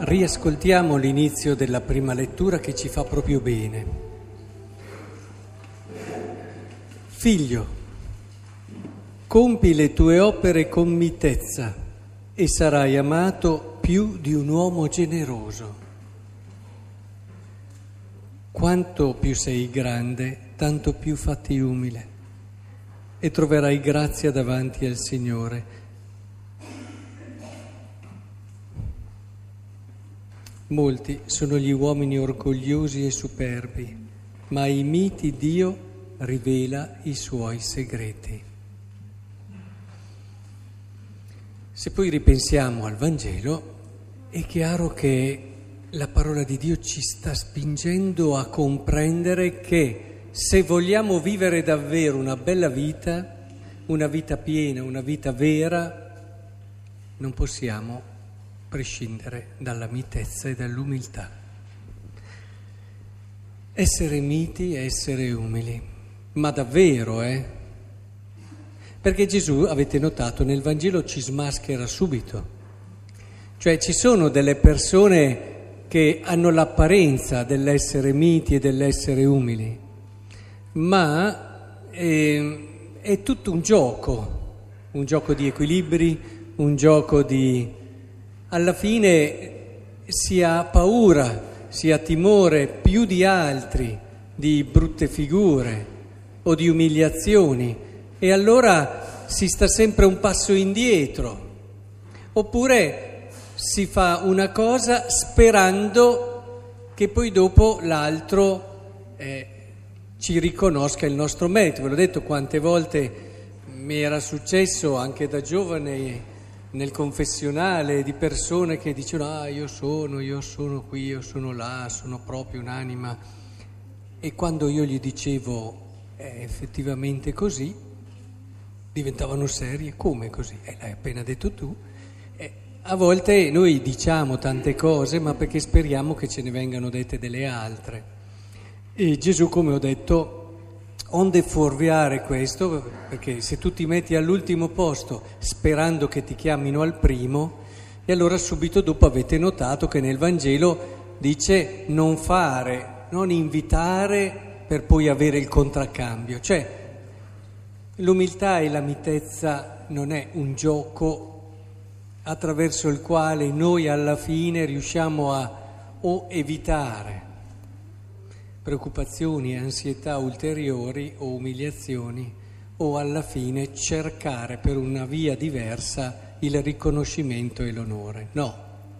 riascoltiamo l'inizio della prima lettura che ci fa proprio bene. Figlio, compi le tue opere con mitezza e sarai amato più di un uomo generoso. Quanto più sei grande, tanto più fatti umile e troverai grazia davanti al Signore. Molti sono gli uomini orgogliosi e superbi, ma ai miti Dio rivela i suoi segreti. Se poi ripensiamo al Vangelo, è chiaro che la parola di Dio ci sta spingendo a comprendere che se vogliamo vivere davvero una bella vita, una vita piena, una vita vera, non possiamo prescindere dalla mitezza e dall'umiltà. Essere miti è essere umili, ma davvero, Perché Gesù, avete notato, nel Vangelo ci smaschera subito. Cioè ci sono delle persone che hanno l'apparenza dell'essere miti e dell'essere umili, ma è tutto un gioco di equilibri, un gioco di... Alla fine si ha paura, si ha timore più di altri di brutte figure o di umiliazioni e allora si sta sempre un passo indietro, oppure si fa una cosa sperando che poi dopo l'altro ci riconosca il nostro merito. Ve l'ho detto quante volte mi era successo anche da giovane nel confessionale di persone che dicevano io sono qui, io sono là, sono proprio un'anima, e quando io gli dicevo è effettivamente così, diventavano serie. Come così? L'hai appena detto tu. A volte noi diciamo tante cose ma perché speriamo che ce ne vengano dette delle altre, e Gesù, come ho detto, onde fuorviare questo, perché se tu ti metti all'ultimo posto sperando che ti chiamino al primo, e allora subito dopo avete notato che nel Vangelo dice non invitare per poi avere il contraccambio. Cioè l'umiltà e la mitezza non è un gioco attraverso il quale noi alla fine riusciamo a o evitare preoccupazioni e ansietà ulteriori o umiliazioni, o alla fine cercare per una via diversa il riconoscimento e l'onore. No,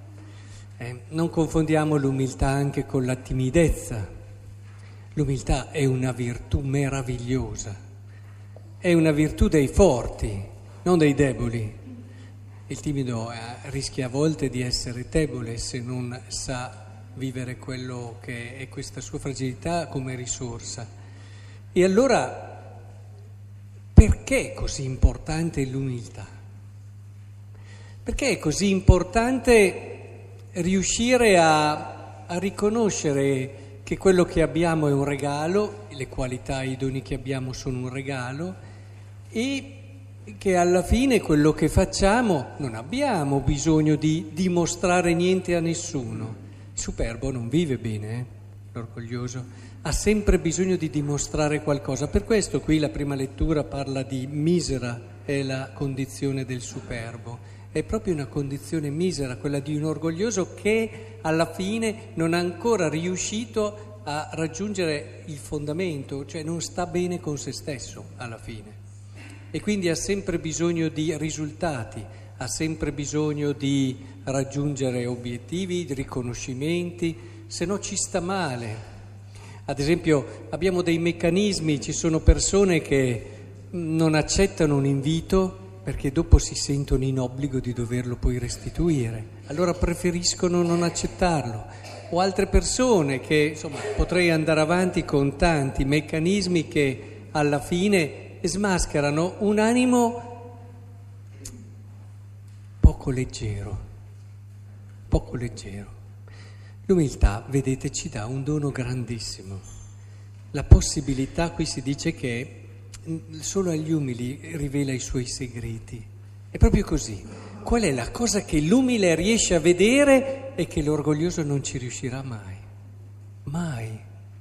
non confondiamo l'umiltà anche con la timidezza. L'umiltà è una virtù meravigliosa, è una virtù dei forti, non dei deboli. Il timido rischia a volte di essere debole se non sa vivere quello che è questa sua fragilità come risorsa. E allora, perché è così importante l'umiltà? Perché è così importante riuscire a riconoscere che quello che abbiamo è un regalo, le qualità e i doni che abbiamo sono un regalo, e che alla fine quello che facciamo non abbiamo bisogno di dimostrare niente a nessuno. Il superbo non vive bene, l'orgoglioso ha sempre bisogno di dimostrare qualcosa. Per questo qui la prima lettura parla di misera, è la condizione del superbo. È proprio una condizione misera, quella di un orgoglioso che alla fine non ha ancora riuscito a raggiungere il fondamento, cioè non sta bene con se stesso alla fine. E quindi ha sempre bisogno di risultati, ha sempre bisogno di raggiungere obiettivi, di riconoscimenti, se no ci sta male. Ad esempio abbiamo dei meccanismi, ci sono persone che non accettano un invito perché dopo si sentono in obbligo di doverlo poi restituire, allora preferiscono non accettarlo. O altre persone che, insomma, potrei andare avanti con tanti meccanismi che alla fine smascherano un animo poco leggero. L'umiltà, vedete, ci dà un dono grandissimo, la possibilità, qui si dice che solo agli umili rivela i suoi segreti. È proprio così. Qual è la cosa che l'umile riesce a vedere è che l'orgoglioso non ci riuscirà mai, mai.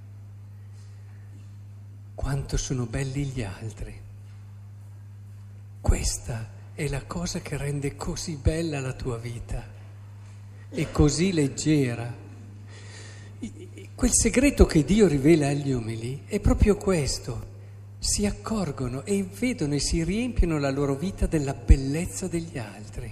Quanto sono belli gli altri. Questa è la cosa che rende così bella la tua vita e così leggera. Quel segreto che Dio rivela agli umili è proprio questo. Si accorgono e vedono e si riempiono la loro vita della bellezza degli altri.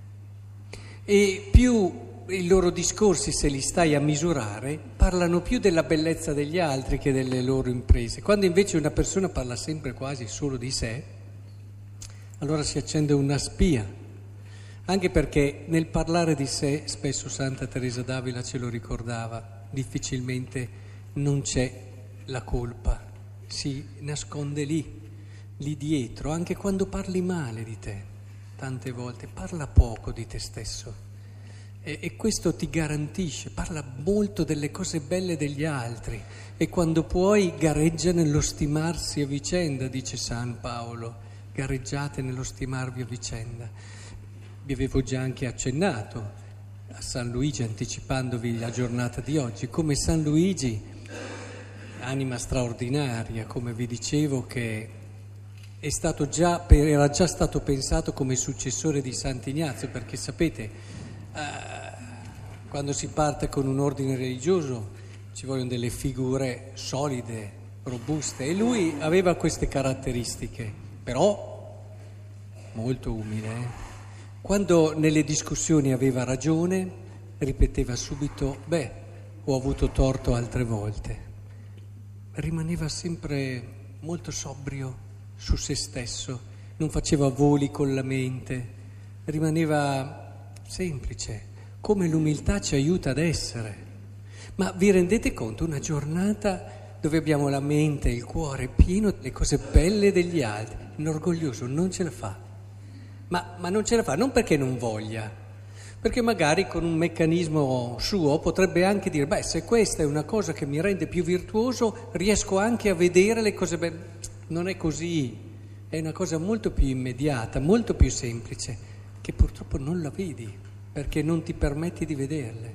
E più i loro discorsi, se li stai a misurare, parlano più della bellezza degli altri che delle loro imprese. Quando invece una persona parla sempre quasi solo di sé, allora si accende una spia, anche perché nel parlare di sé, spesso Santa Teresa d'Avila ce lo ricordava, difficilmente non c'è la colpa, si nasconde lì dietro, anche quando parli male di te, tante volte, parla poco di te stesso. E questo ti garantisce, parla molto delle cose belle degli altri e quando puoi gareggia nello stimarsi a vicenda, dice San Paolo, gareggiate nello stimarvi a vicenda. Vi avevo già anche accennato a San Luigi, anticipandovi la giornata di oggi, come San Luigi, anima straordinaria, come vi dicevo, che era già stato pensato come successore di Sant'Ignazio, perché sapete, quando si parte con un ordine religioso ci vogliono delle figure solide, robuste, e lui aveva queste caratteristiche, però molto umile. Quando nelle discussioni aveva ragione, ripeteva subito, ho avuto torto altre volte. Rimaneva sempre molto sobrio su se stesso, non faceva voli con la mente, rimaneva semplice, come l'umiltà ci aiuta ad essere. Ma vi rendete conto, una giornata dove abbiamo la mente e il cuore pieno delle cose belle degli altri, l'orgoglioso non ce la fa, ma non ce la fa non perché non voglia, perché magari con un meccanismo suo potrebbe anche dire, se questa è una cosa che mi rende più virtuoso, riesco anche a vedere le cose belle. Non è così, è una cosa molto più immediata, molto più semplice, che purtroppo non la vedi, perché non ti permetti di vederle.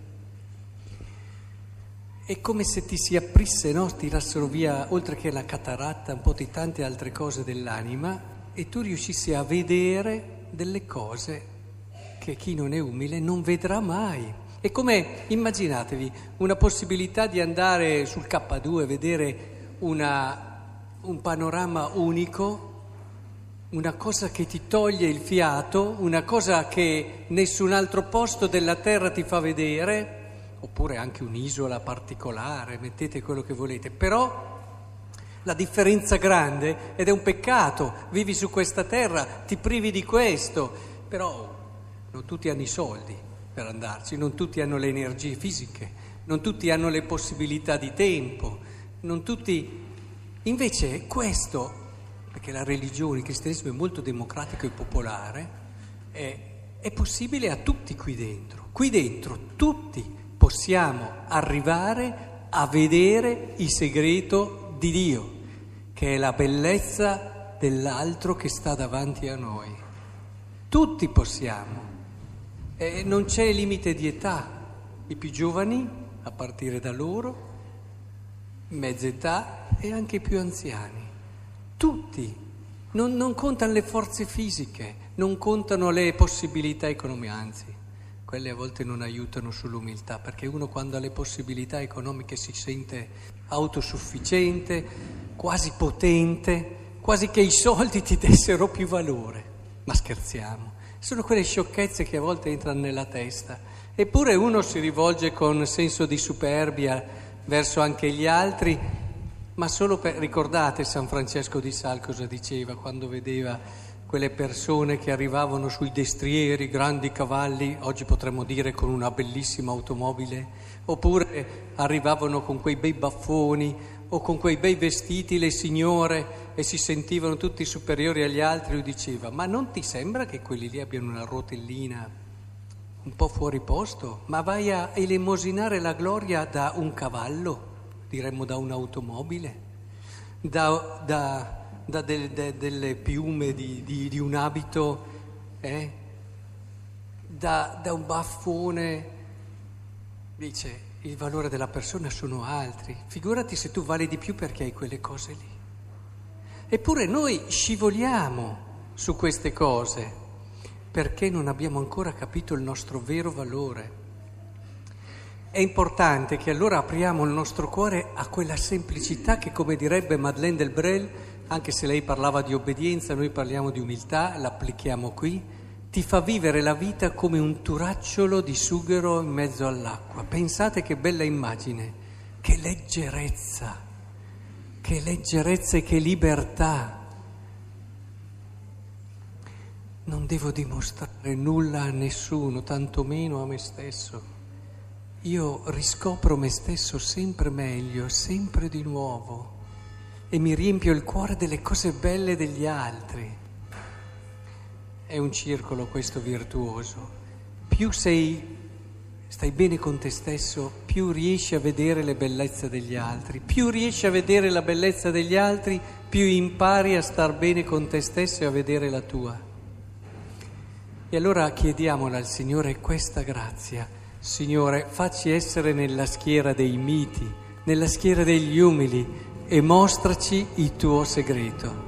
È come se ti si aprisse, no? Tirassero via, oltre che la cataratta, un po' di tante altre cose dell'anima, e tu riuscissi a vedere delle cose che chi non è umile non vedrà mai. È come, immaginatevi, una possibilità di andare sul K2 e vedere un panorama unico, una cosa che ti toglie il fiato, una cosa che nessun altro posto della terra ti fa vedere, oppure anche un'isola particolare, mettete quello che volete, però la differenza grande, ed è un peccato, vivi su questa terra, ti privi di questo, però non tutti hanno i soldi per andarci, non tutti hanno le energie fisiche, non tutti hanno le possibilità di tempo, non tutti. Invece questo, perché la religione, il cristianesimo è molto democratico e popolare, è possibile a tutti qui dentro. Qui dentro tutti possiamo arrivare a vedere il segreto di Dio, che è la bellezza dell'altro che sta davanti a noi. Tutti possiamo. Non c'è limite di età. I più giovani, a partire da loro, mezza età e anche i più anziani. Tutti. Non contano le forze fisiche, non contano le possibilità economiche, anzi, quelle a volte non aiutano sull'umiltà, perché uno quando ha le possibilità economiche si sente autosufficiente, quasi potente, quasi che i soldi ti dessero più valore. Ma scherziamo, sono quelle sciocchezze che a volte entrano nella testa. Eppure uno si rivolge con senso di superbia verso anche gli altri, ma solo per. Ricordate San Francesco di Sales cosa diceva quando vedeva quelle persone che arrivavano sui destrieri, grandi cavalli, oggi potremmo dire con una bellissima automobile, oppure arrivavano con quei bei baffoni o con quei bei vestiti le signore e si sentivano tutti superiori agli altri. Lui diceva, ma non ti sembra che quelli lì abbiano una rotellina un po' fuori posto? Ma vai a elemosinare la gloria da un cavallo, diremmo da un'automobile, delle piume di un abito, da un baffone Dice, il valore della persona sono altri. Figurati se tu vali di più perché hai quelle cose lì. Eppure noi scivoliamo su queste cose perché non abbiamo ancora capito il nostro vero valore. È importante che allora apriamo il nostro cuore a quella semplicità che, come direbbe Madeleine Delbrel, anche se lei parlava di obbedienza, noi parliamo di umiltà, l'applichiamo qui, ti fa vivere la vita come un turacciolo di sughero in mezzo all'acqua. Pensate che bella immagine, che leggerezza e che libertà. Non devo dimostrare nulla a nessuno, tantomeno a me stesso. Io riscopro me stesso sempre meglio, sempre di nuovo, e mi riempio il cuore delle cose belle degli altri. È un circolo questo virtuoso. Più stai bene con te stesso, più riesci a vedere le bellezze degli altri. Più riesci a vedere la bellezza degli altri, più impari a star bene con te stesso e a vedere la tua. E allora chiediamola al Signore questa grazia. Signore, facci essere nella schiera dei miti, nella schiera degli umili, e mostraci il tuo segreto.